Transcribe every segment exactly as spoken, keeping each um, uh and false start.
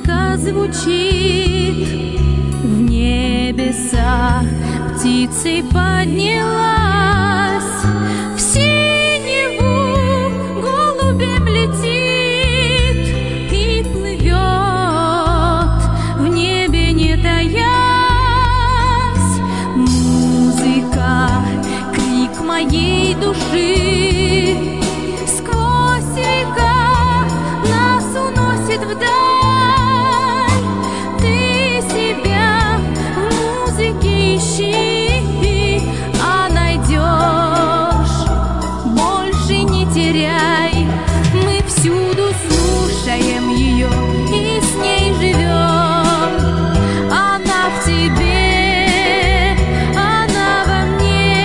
музыка звучит, в небеса птицей поднялась, в синеву голубем летит и плывет, в небе не таясь. Музыка — крик моей души, сквозь века нас уносит вдаль. Ты себя в музыке ищи, а найдешь, больше не теряй. Мы всюду слушаем ее и с ней живем. Она в тебе, она во мне.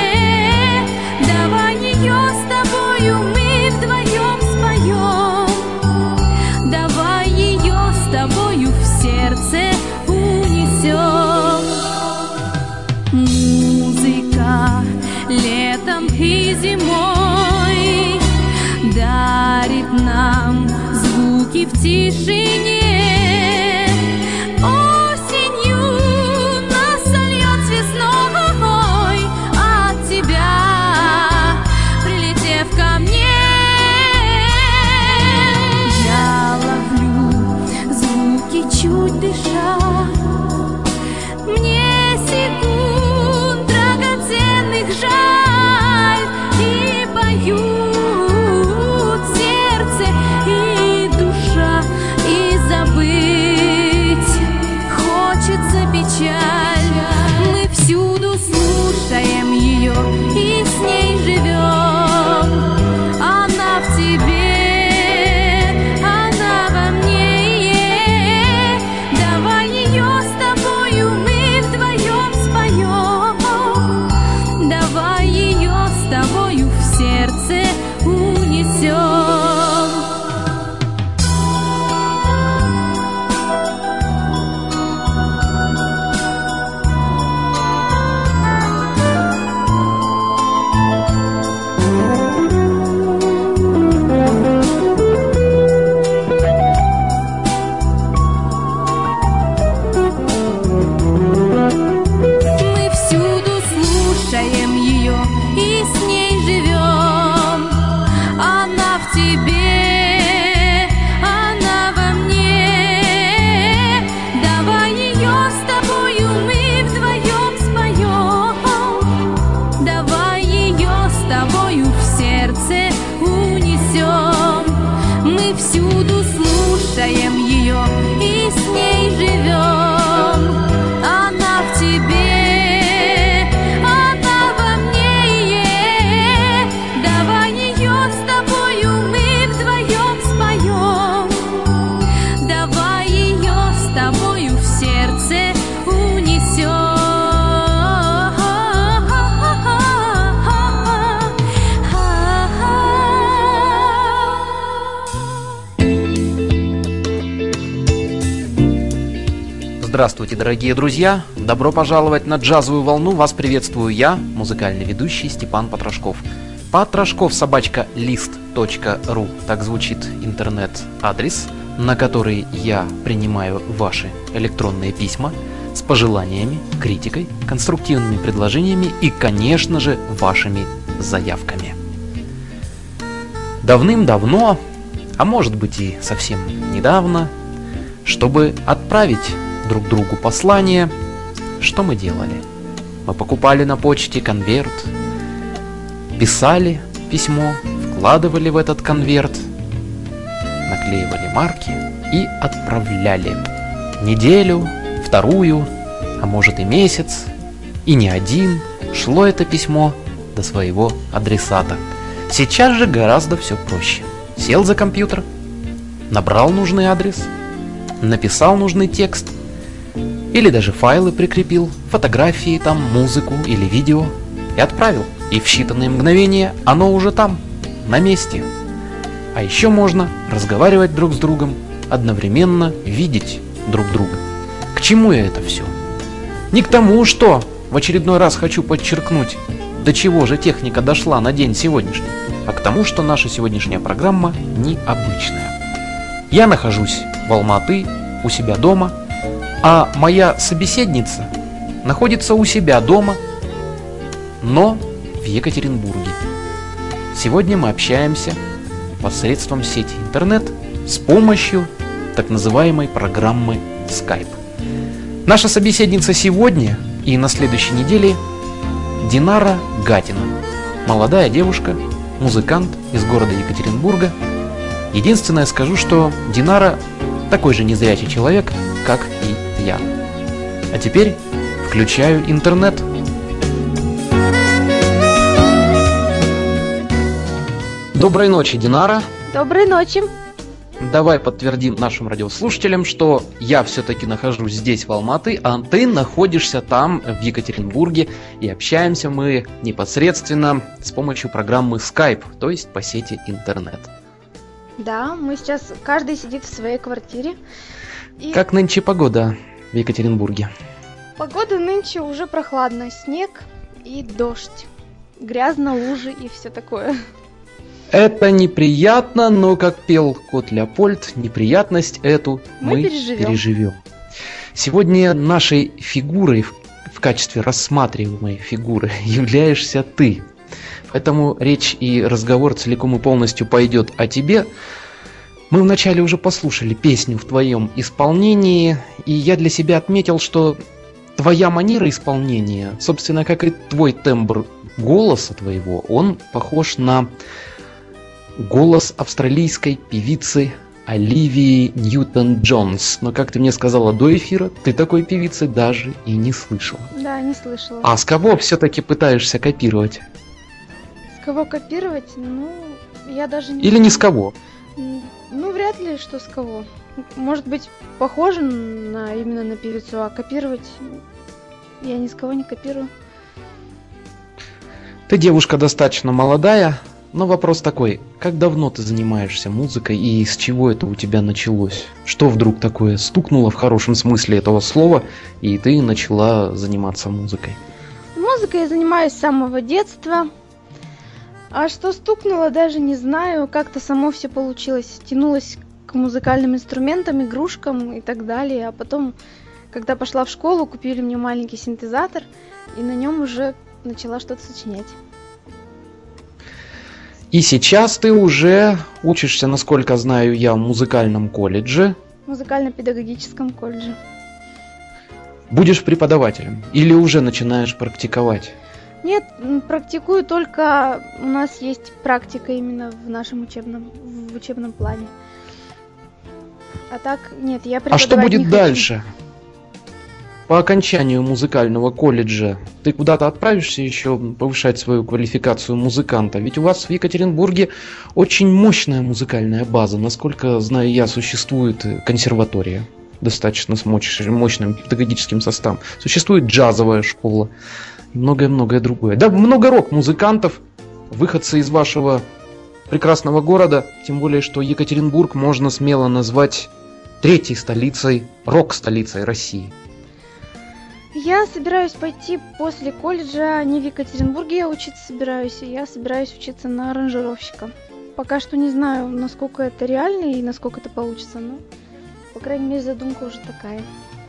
Давай ее с тобою мы вдвоем споем. Давай ее с тобою в сердце унесем. Музыка летом и зимой дарит нам звуки в тишине. Осенью нас сольет с весной, от тебя прилетев ко мне. Я ловлю звуки, чуть дыша. Мне секунд драгоценных жаль, и поют сердце и душа, и забыть хочется печаль. Мы всюду слушаем ее и с ней живем. Она в тебе, она во мне. Давай ее с тобою мы вдвоем споем. Давай ее с тобою в сердце унесем. Мы всюду слушаем ее и с ней живем. Она в тебе, она во мне. Давай ее с тобою мы вдвоем споем. Давай ее с тобою в сердце унесем. Мы всюду слушаем ее и с ней живем. Она в тебе, она во мне. Давай ее с тобою мы вдвоем споем. Давай ее с тобою в сердце унесем. Здравствуйте, дорогие друзья! Добро пожаловать на джазовую волну. Вас приветствую я, музыкальный ведущий Степан Потрошков. Потрошков собачка лист точка ру. Так звучит интернет-адрес, на который я принимаю ваши электронные письма с пожеланиями, критикой, конструктивными предложениями и, конечно же, вашими заявками. Давным-давно, а может быть и совсем недавно, чтобы отправить друг другу послание, что мы делали? Мы покупали на почте конверт, писали письмо, вкладывали в этот конверт, наклеивали марки и отправляли. Неделю, вторую, а может и месяц, и не один шло это письмо до своего адресата. Сейчас же гораздо все проще. Сел за компьютер, набрал нужный адрес, написал нужный текст, или даже файлы прикрепил, фотографии там, музыку или видео, и отправил. И в считанные мгновения оно уже там, на месте. А еще можно разговаривать друг с другом, одновременно видеть друг друга. К чему я это все? Не к тому, что в очередной раз хочу подчеркнуть, до чего же техника дошла на день сегодняшний, а к тому, что наша сегодняшняя программа необычная. Я нахожусь в Алматы, у себя дома, а моя собеседница находится у себя дома, но в Екатеринбурге. Сегодня мы общаемся посредством сети интернет с помощью так называемой программы Skype. Наша собеседница сегодня и на следующей неделе Динара Гатина, молодая девушка, музыкант из города Екатеринбурга. Единственное скажу, что Динара такой же незрячий человек, как и я. А теперь включаю интернет. Доброй ночи, Динара. Доброй ночи. Давай подтвердим нашим радиослушателям, что я все-таки нахожусь здесь, в Алматы, а ты находишься там, в Екатеринбурге, и общаемся мы непосредственно с помощью программы Skype, то есть по сети интернет. Да, мы сейчас, каждый сидит в своей квартире. И... Как нынче погода в Екатеринбурге? Погода нынче уже прохладная, снег и дождь, грязно, лужи и все такое. Это неприятно, но, как пел кот Леопольд, неприятность эту мы, мы переживем. переживем. Сегодня нашей фигурой, в, в качестве рассматриваемой фигуры, являешься ты. Поэтому речь и разговор целиком и полностью пойдет о тебе. Мы вначале уже послушали песню в твоем исполнении, и я для себя отметил, что твоя манера исполнения, собственно, как и твой тембр голоса твоего, он похож на... голос австралийской певицы Оливии Ньютон-Джонс. Но, как ты мне сказала до эфира, ты такой певицы даже и не слышала. Да, не слышала. А с кого все-таки пытаешься копировать? С кого копировать? Ну, я даже не... Или не с кого? Ну, вряд ли, что с кого. Может быть, похоже на, именно на певицу, а копировать я ни с кого не копирую. Ты девушка достаточно молодая. Но вопрос такой, как давно ты занимаешься музыкой и с чего это у тебя началось? Что вдруг такое стукнуло в хорошем смысле этого слова, и ты начала заниматься музыкой? Музыкой я занимаюсь с самого детства. А что стукнуло, даже не знаю. Как-то само все получилось. Тянулось к музыкальным инструментам, игрушкам и так далее. А потом, когда пошла в школу, купили мне маленький синтезатор, и на нем уже начала что-то сочинять. И сейчас ты уже учишься, насколько знаю я, в музыкальном колледже. В музыкально-педагогическом колледже. Будешь преподавателем или уже начинаешь практиковать? Нет, практикую, только у нас есть практика именно в нашем учебном, в учебном плане. А так, нет, я преподавать не хочу. А что будет дальше? Хочу. По окончанию музыкального колледжа ты куда-то отправишься еще повышать свою квалификацию музыканта? Ведь у вас в Екатеринбурге очень мощная музыкальная база. Насколько знаю я, существует консерватория достаточно с мощным педагогическим составом. Существует джазовая школа и многое-многое другое. Да, много рок-музыкантов, выходцы из вашего прекрасного города. Тем более, что Екатеринбург можно смело назвать третьей столицей, рок-столицей России. Я собираюсь пойти после колледжа не в Екатеринбурге, я учиться собираюсь, я собираюсь учиться на аранжировщика. Пока что не знаю, насколько это реально и насколько это получится, но, по крайней мере, задумка уже такая.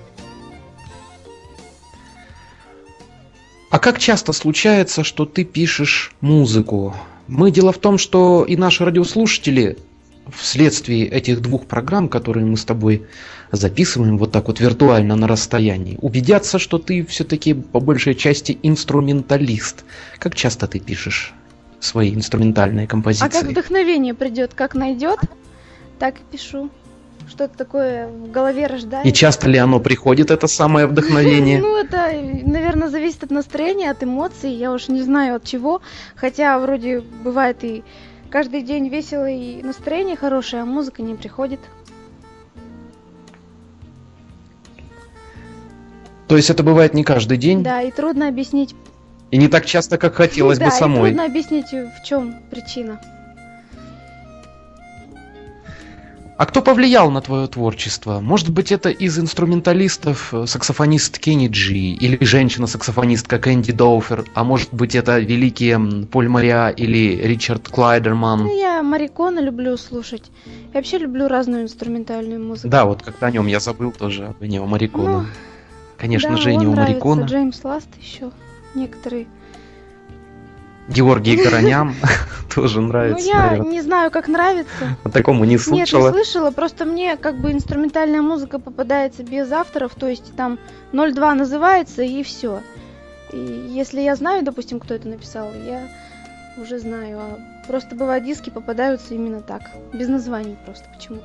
А как часто случается, что ты пишешь музыку? Мы дело в том, что и наши радиослушатели вследствие этих двух программ, которые мы с тобой записываем вот так вот виртуально на расстоянии, убедятся, что ты все-таки по большей части инструменталист. Как часто ты пишешь свои инструментальные композиции? А как вдохновение придет, как найдет, так и пишу. Что-то такое в голове рождается. И часто ли оно приходит, это самое вдохновение? Ну, это, наверное, зависит от настроения, от эмоций. Я уж не знаю от чего. Хотя вроде бывает и каждый день весело, и настроение хорошее, а музыка не приходит. То есть это бывает не каждый день? Да, и трудно объяснить. И не так часто, как хотелось да, бы самой. Да, и трудно объяснить, в чем причина. А кто повлиял на твое творчество? Может быть, это из инструменталистов саксофонист Кенни Джи или женщина-саксофонистка Кэнди Доуфер, а может быть, это великие Поль Мориа или Ричард Клайдерман? Ну, я Морриконе люблю слушать. Я вообще люблю разную инструментальную музыку. Да, вот как-то о нем я забыл тоже, об Эннио Морриконе. Ну, конечно да, же, Эннио Морриконе. Джеймс Ласт еще некоторые. Георгий Горонян тоже нравится. Ну, я наверное. Не знаю, как нравится. По такому не слышала. Нет, не слышала, просто мне как бы инструментальная музыка попадается без авторов, то есть там ноль два называется и все. И если я знаю, допустим, кто это написал, я уже знаю, а просто бывают диски попадаются именно так, без названий просто почему-то.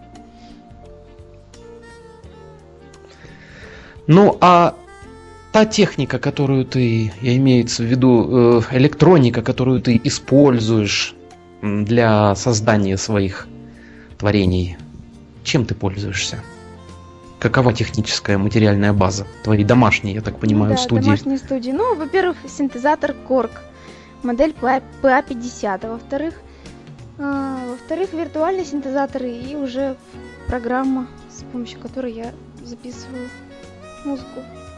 Ну, а та техника, которую ты, я имеется в виду, электроника, которую ты используешь для создания своих творений, чем ты пользуешься? Какова техническая материальная база твоей домашней, я так понимаю, ну, да, студии? домашней студии. Ну, во-первых, синтезатор Korg, модель пи эй пятьдесят, а во-вторых, а, во-вторых, виртуальные синтезаторы и уже программа, с помощью которой я записываю музыку.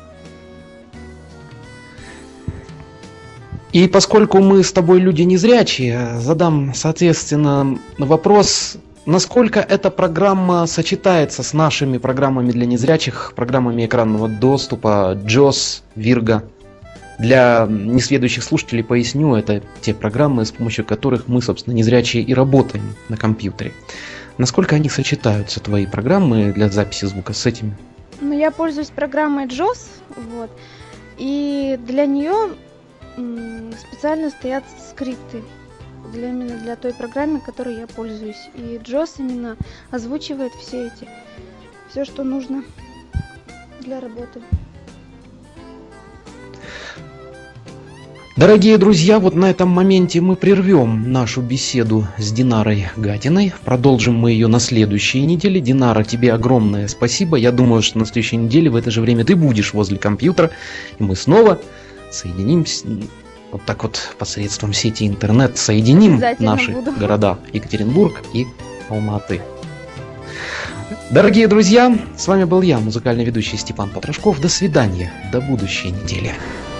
И поскольку мы с тобой люди незрячие, задам, соответственно, вопрос, насколько эта программа сочетается с нашими программами для незрячих, программами экранного доступа джос, Virgo. Для несведущих слушателей поясню, это те программы, с помощью которых мы, собственно, незрячие и работаем на компьютере. Насколько они сочетаются, твои программы для записи звука, с этими? Ну, я пользуюсь программой джос, вот, и для нее специально стоят скрипты для именно для той программы, которой я пользуюсь. И джос именно озвучивает все эти, все, что нужно для работы. Дорогие друзья, вот на этом моменте мы прервем нашу беседу с Динарой Гатиной. Продолжим мы ее на следующей неделе. Динара, тебе огромное спасибо. Я думаю, что на следующей неделе в это же время ты будешь возле компьютера, и мы снова соединимся, вот так вот посредством сети интернет соединим наши буду. города Екатеринбург и Алматы. Дорогие друзья, с вами был я, музыкальный ведущий Степан Потрошков. До свидания, до будущей недели.